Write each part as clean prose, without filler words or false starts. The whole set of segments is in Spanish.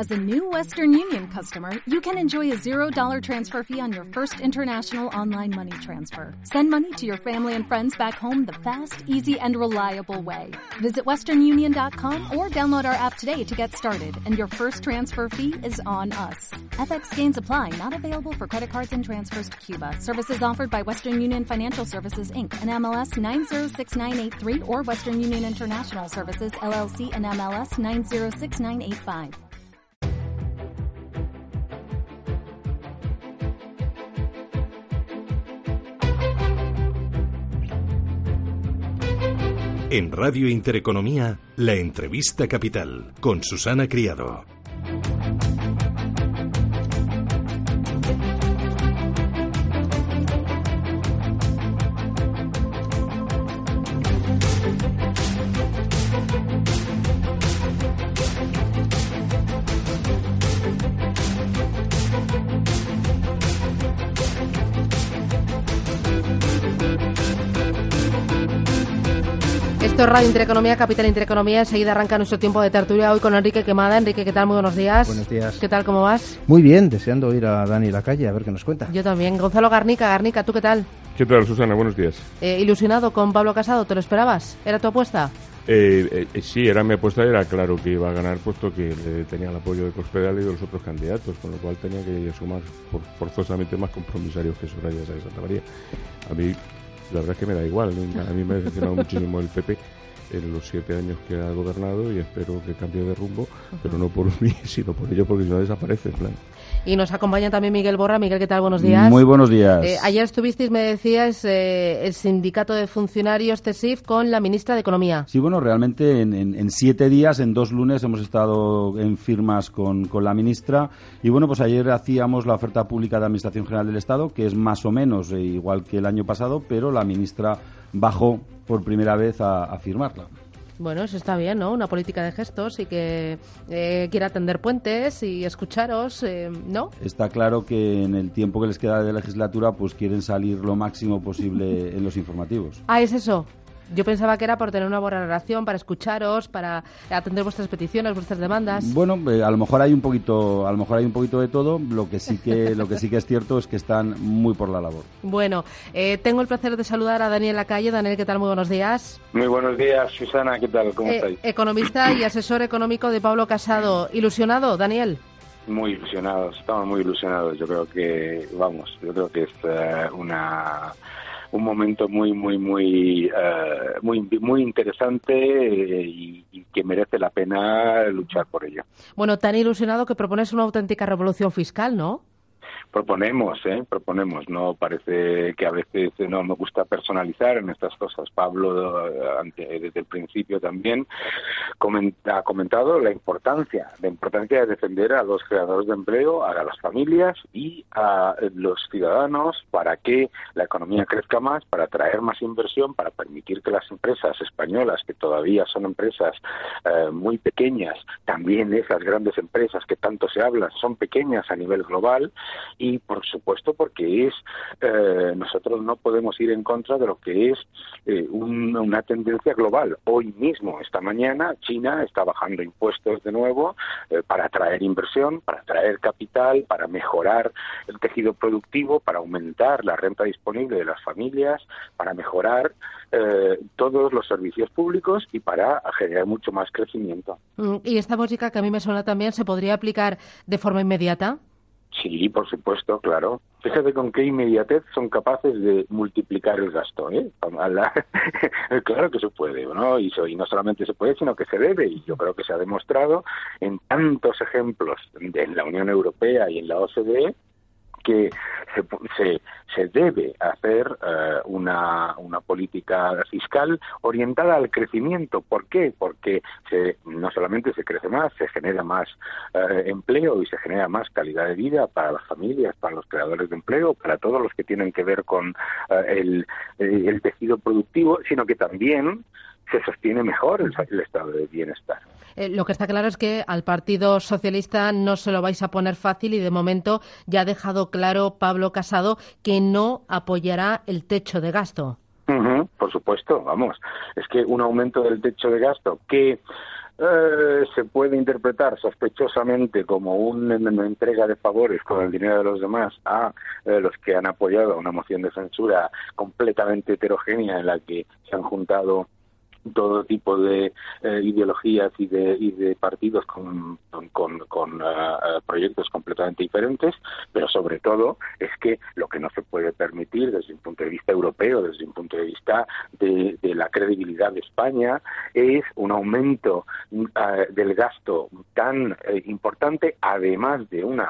As a new Western Union customer, you can enjoy a $0 transfer fee on your first international online money transfer. Send money to your family and friends back home the fast, easy, and reliable way. Visit westernunion.com or download our app today to get started, and your first transfer fee is on us. FX gains apply, not available for credit cards and transfers to Cuba. Services offered by Western Union Financial Services, Inc., and MLS 906983, or Western Union International Services, LLC, and MLS 906985. En Radio Intereconomía, la entrevista capital, con Susana Criado. Esto es Radio Intereconomía, Capital Intereconomía. Enseguida arranca nuestro tiempo de tertulia hoy con Enrique Quemada. Enrique, ¿qué tal? Muy buenos días. Buenos días. ¿Qué tal? ¿Cómo vas? Muy bien, deseando ir a Dani la calle a ver qué nos cuenta. Yo también. Gonzalo Garnica. Garnica, ¿tú qué tal? ¿Qué tal, Susana? Buenos días. ¿Ilusionado con Pablo Casado? ¿Te lo esperabas? ¿Era tu apuesta? Sí, era mi apuesta, era claro que iba a ganar, puesto que tenía el apoyo de Cospedal y de los otros candidatos, con lo cual tenía que sumar forzosamente más compromisarios que Soraya Sáenz de Santa María. A mí, la verdad es que me da igual, ¿no? A mí me ha decepcionado muchísimo el PP en los 7 años que ha gobernado y espero que cambie de rumbo, pero no por mí, sino por ello, porque si no desaparece, en plan. Y nos acompaña también Miguel Borra. Miguel, ¿qué tal? Buenos días. Muy buenos días. Ayer estuvisteis, me decías, el sindicato de funcionarios CESIF con la ministra de Economía. Sí, bueno, realmente en 7 días, en 2 lunes, hemos estado en firmas con la ministra. Y bueno, pues ayer hacíamos la oferta pública de Administración General del Estado, que es más o menos igual que el año pasado, pero la ministra bajó por primera vez a firmarla. Bueno, eso está bien, ¿no? Una política de gestos y que quiera tender puentes y escucharos, ¿no? Está claro que en el tiempo que les queda de legislatura, pues quieren salir lo máximo posible en los informativos. Ah, ¿es eso? Yo pensaba que era por tener una buena relación, para escucharos, para atender vuestras peticiones, vuestras demandas. Bueno, a lo mejor hay un poquito de todo. Lo que sí que es cierto es que están muy por la labor. Bueno, tengo el placer de saludar a Daniel Lacalle. Daniel, ¿qué tal? Muy buenos días. Muy buenos días, Susana, ¿qué tal? ¿Cómo estáis? Economista y asesor económico de Pablo Casado. ¿Ilusionado, Daniel? Muy ilusionados, estamos muy ilusionados. Yo creo que es un momento muy interesante y que merece la pena luchar por ello. Bueno, tan ilusionado que propones una auténtica revolución fiscal, ¿no? Proponemos. No parece que a veces no me gusta personalizar en estas cosas. Pablo, desde el principio también, ha comentado la importancia de defender a los creadores de empleo, a las familias y a los ciudadanos para que la economía crezca más, para atraer más inversión, para permitir que las empresas españolas, que todavía son empresas muy pequeñas, también esas grandes empresas que tanto se hablan, son pequeñas a nivel global. Y, por supuesto, porque nosotros no podemos ir en contra de lo que es una tendencia global. Hoy mismo, esta mañana, China está bajando impuestos de nuevo para atraer inversión, para atraer capital, para mejorar el tejido productivo, para aumentar la renta disponible de las familias, para mejorar todos los servicios públicos y para generar mucho más crecimiento. ¿Y esta música, que a mí me suena también, se podría aplicar de forma inmediata? Sí, por supuesto, claro. Fíjate con qué inmediatez son capaces de multiplicar el gasto, ¿eh? Claro que se puede, ¿no? Y no solamente se puede, sino que se debe. Y yo creo que se ha demostrado en tantos ejemplos en la Unión Europea y en la OCDE que se debe hacer una política fiscal orientada al crecimiento. ¿Por qué? Porque no solamente se crece más, se genera más empleo y se genera más calidad de vida para las familias, para los creadores de empleo, para todos los que tienen que ver con el tejido productivo, sino que también se sostiene mejor el estado de bienestar. Lo que está claro es que al Partido Socialista no se lo vais a poner fácil y de momento ya ha dejado claro Pablo Casado que no apoyará el techo de gasto. Por supuesto, vamos. Es que un aumento del techo de gasto que se puede interpretar sospechosamente como una entrega de favores con el dinero de los demás a los que han apoyado una moción de censura completamente heterogénea en la que se han juntado todo tipo de ideologías y de partidos con proyectos completamente diferentes, pero sobre todo es que lo que no se puede permitir desde un punto de vista europeo, desde un punto de vista de la credibilidad de España, es un aumento del gasto tan importante, además de un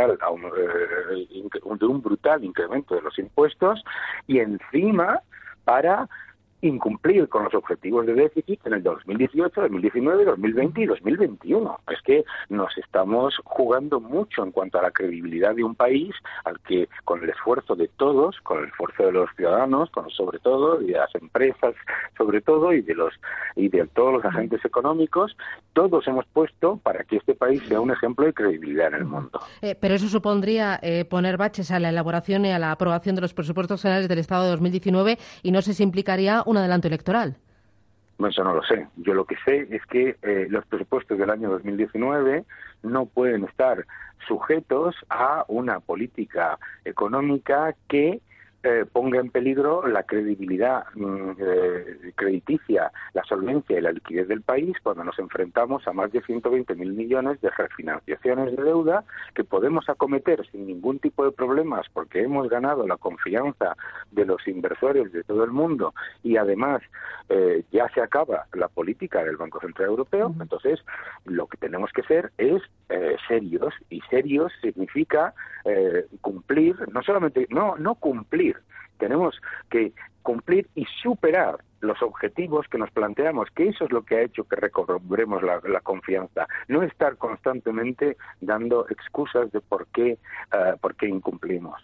brutal incremento de los impuestos, y encima para incumplir con los objetivos de déficit en el 2018, 2019, 2020 y 2021. Es que nos estamos jugando mucho en cuanto a la credibilidad de un país al que, con el esfuerzo de todos, con el esfuerzo de los ciudadanos, sobre todo, y de las empresas, sobre todo, y de todos los agentes económicos, todos hemos puesto para que este país sea un ejemplo de credibilidad en el mundo. Pero eso supondría poner baches a la elaboración y a la aprobación de los presupuestos generales del Estado de 2019, y no sé si implicaría un adelanto electoral. Bueno, eso no lo sé. Yo lo que sé es que los presupuestos del año 2019 no pueden estar sujetos a una política económica que ponga en peligro la credibilidad crediticia, la solvencia y la liquidez del país cuando nos enfrentamos a más de 120.000 millones de refinanciaciones de deuda que podemos acometer sin ningún tipo de problemas porque hemos ganado la confianza de los inversores de todo el mundo y además ya se acaba la política del Banco Central Europeo. Entonces lo que tenemos que ser es serios, y serios significa cumplir, no solamente, no cumplir, tenemos que cumplir y superar los objetivos que nos planteamos, que eso es lo que ha hecho que recobremos la confianza, no estar constantemente dando excusas de por qué incumplimos.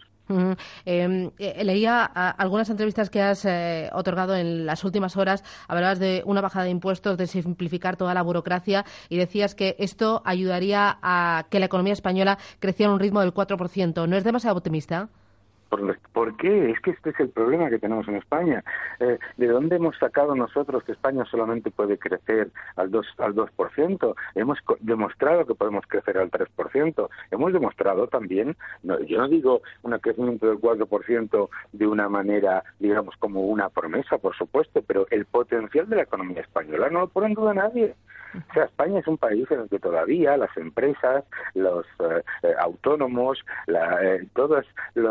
Leía algunas entrevistas que has otorgado en las últimas horas. Hablabas de una bajada de impuestos, de simplificar toda la burocracia, y decías que esto ayudaría a que la economía española creciera a un ritmo del 4%. ¿No es demasiado optimista? ¿Por qué? Es que este es el problema que tenemos en España. ¿De dónde hemos sacado nosotros que España solamente puede crecer al 2%? Hemos demostrado que podemos crecer al 3%. Hemos demostrado también, yo no digo un crecimiento del 4% de una manera, digamos, como una promesa, por supuesto, pero el potencial de la economía española no lo pone en duda nadie. O sea, España es un país en el que todavía las empresas, los autónomos, todos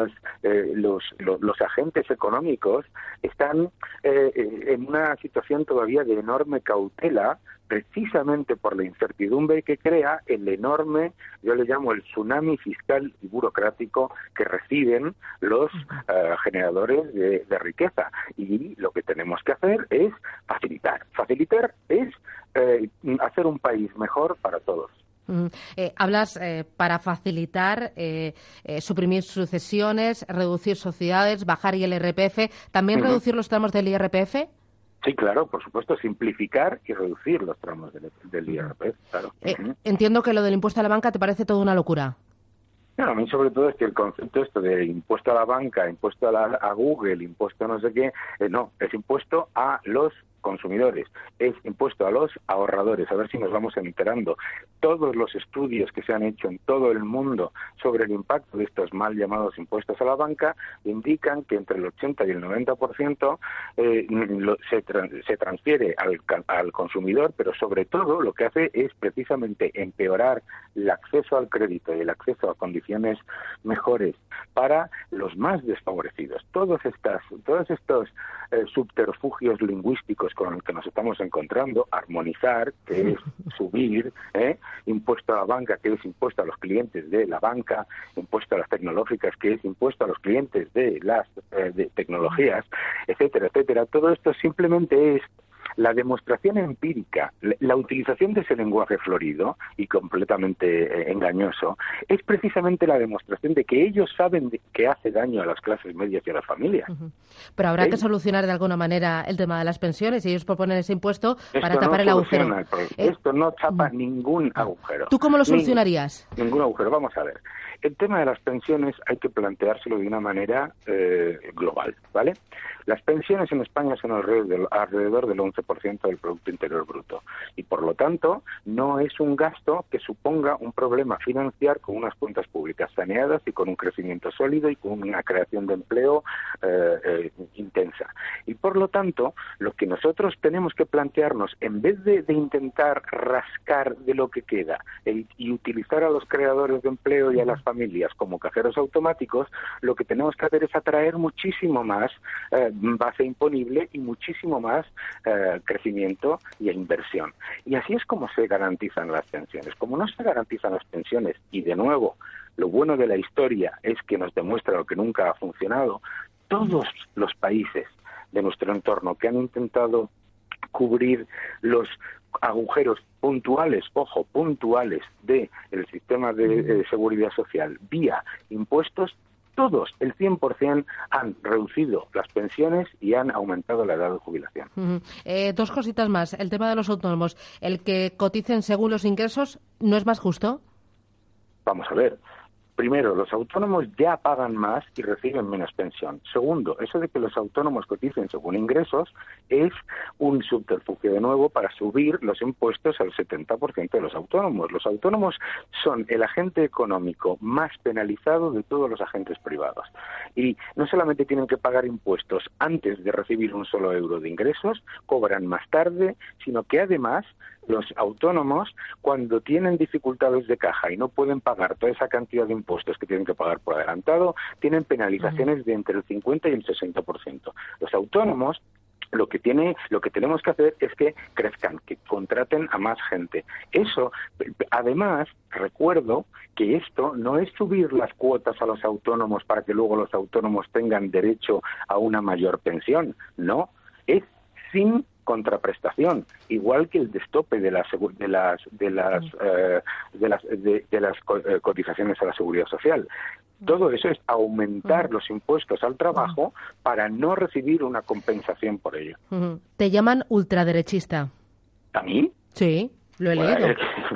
los agentes económicos están en una situación todavía de enorme cautela, precisamente por la incertidumbre que crea el enorme, yo le llamo el tsunami fiscal y burocrático que reciben los generadores de riqueza. Y lo que tenemos que hacer es facilitar. Facilitar es hacer un país mejor para todos. Hablas para facilitar, suprimir sucesiones, reducir sociedades, bajar el IRPF, ¿también reducir los tramos del IRPF? Sí, claro, por supuesto, simplificar y reducir los tramos del IRPF, claro. Entiendo que lo del impuesto a la banca te parece toda una locura. Bueno, a mí sobre todo es que el concepto esto de impuesto a la banca, impuesto a Google, impuesto a no sé qué, no, es impuesto a los consumidores, es impuesto a los ahorradores. A ver si nos vamos enterando. Todos los estudios que se han hecho en todo el mundo sobre el impacto de estos mal llamados impuestos a la banca indican que entre el 80 y el 90% se transfiere al consumidor, pero sobre todo lo que hace es precisamente empeorar el acceso al crédito y el acceso a condiciones mejores para los más desfavorecidos. Todos estos subterfugios lingüísticos con los que nos estamos encontrando, armonizar, que es subir, impuesto a la banca, que es impuesto a los clientes de la banca, impuesto a las tecnológicas, que es impuesto a los clientes de las de tecnologías, etcétera, etcétera. Todo esto simplemente es la demostración empírica, la utilización de ese lenguaje florido y completamente engañoso, es precisamente la demostración de que ellos saben que hace daño a las clases medias y a las familias. Pero habrá que solucionar de alguna manera el tema de las pensiones, y ellos proponen ese impuesto para tapar el agujero. Esto no tapa ningún agujero. ¿Tú cómo lo solucionarías? Ningún agujero. Vamos a ver. El tema de las pensiones hay que planteárselo de una manera global, ¿vale? Las pensiones en España son alrededor del 11%. 0,7% del Producto Interior Bruto. Y por lo tanto, no es un gasto que suponga un problema financiar con unas cuentas públicas saneadas y con un crecimiento sólido y con una creación de empleo intensa. Y por lo tanto, lo que nosotros tenemos que plantearnos, en vez de intentar rascar de lo que queda y utilizar a los creadores de empleo y a las familias como cajeros automáticos, lo que tenemos que hacer es atraer muchísimo más base imponible y muchísimo más crecimiento y inversión. Y así es como se garantizan las pensiones. Como no se garantizan las pensiones, y de nuevo, lo bueno de la historia es que nos demuestra lo que nunca ha funcionado, todos los países de nuestro entorno que han intentado cubrir los agujeros puntuales, ojo, puntuales del sistema de seguridad social vía impuestos, todos, el 100%, han reducido las pensiones y han aumentado la edad de jubilación. Dos cositas más. El tema de los autónomos. ¿El que coticen según los ingresos no es más justo? Vamos a ver. Primero, los autónomos ya pagan más y reciben menos pensión. Segundo, eso de que los autónomos coticen según ingresos es un subterfugio de nuevo para subir los impuestos al 70% de los autónomos. Los autónomos son el agente económico más penalizado de todos los agentes privados. Y no solamente tienen que pagar impuestos antes de recibir un solo euro de ingresos, cobran más tarde, sino que además los autónomos, cuando tienen dificultades de caja y no pueden pagar toda esa cantidad de impuestos que tienen que pagar por adelantado, tienen penalizaciones de entre el 50 y el 60%. Los autónomos, lo que tenemos que hacer es que crezcan, que contraten a más gente. Eso, además, recuerdo que esto no es subir las cuotas a los autónomos para que luego los autónomos tengan derecho a una mayor pensión. No, es sin contraprestación, igual que el destope de las cotizaciones a la seguridad social. Todo eso es aumentar los impuestos al trabajo para no recibir una compensación por ello. ¿Te llaman ultraderechista? ¿A mí? Sí, lo he leído.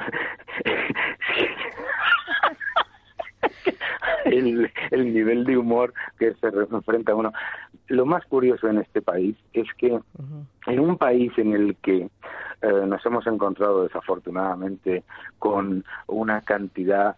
El nivel de humor que se enfrenta a uno. Lo más curioso en este país es que en un país en el que nos hemos encontrado desafortunadamente con una cantidad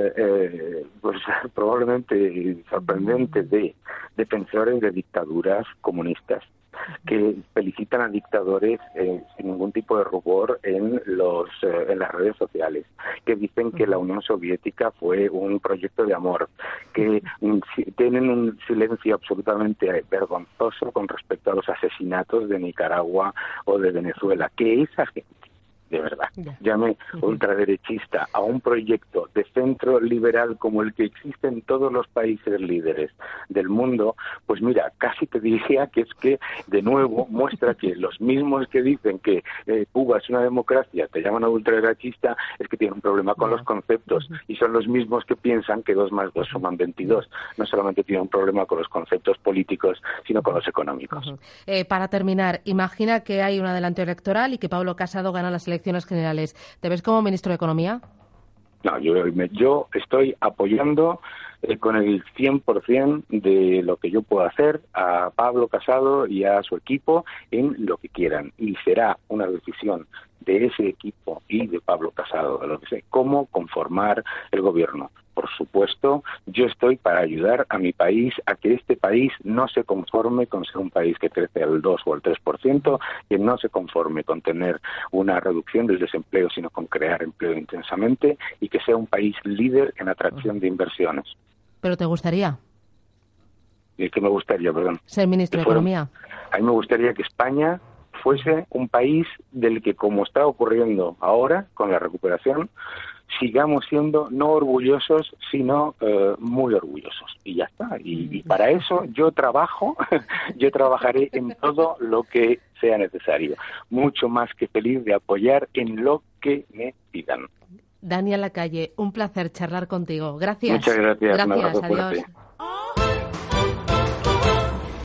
pues probablemente sorprendente de defensores de dictaduras comunistas que felicitan a dictadores sin ningún tipo de rubor en las redes sociales, que dicen que la Unión Soviética fue un proyecto de amor, que tienen un silencio absolutamente vergonzoso con respecto a los asesinatos de Nicaragua o de Venezuela, que esa gente, de verdad, llame ultraderechista a un proyecto de centro liberal como el que existe en todos los países líderes del mundo, pues mira, casi te diría que es que, de nuevo, muestra que los mismos que dicen que Cuba es una democracia, te llaman a ultraderechista, es que tienen un problema con los conceptos, y son los mismos que piensan que 2 más 2 suman 22. No solamente tienen un problema con los conceptos políticos, sino con los económicos. Para terminar, imagina que hay un adelanto electoral y que Pablo Casado gana las elecciones generales. ¿Te ves como ministro de Economía? No, yo estoy apoyando con el 100% de lo que yo puedo hacer a Pablo Casado y a su equipo en lo que quieran. Y será una decisión de ese equipo y de Pablo Casado, de lo que sé, cómo conformar el gobierno. Por supuesto, yo estoy para ayudar a mi país a que este país no se conforme con ser un país que crece al 2 o al 3%, que no se conforme con tener una reducción del desempleo, sino con crear empleo intensamente y que sea un país líder en atracción de inversiones. ¿Pero te gustaría? ¿Qué me gustaría, perdón? Ser ministro de Economía. A mí me gustaría que España fuese un país del que, como está ocurriendo ahora con la recuperación, sigamos siendo no orgullosos, sino muy orgullosos. Y ya está. Y para eso yo trabajaré en todo lo que sea necesario. Mucho más que feliz de apoyar en lo que me pidan. Daniel Lacalle, un placer charlar contigo. Gracias. Muchas gracias. Gracias, Un abrazo adiós. fuerte.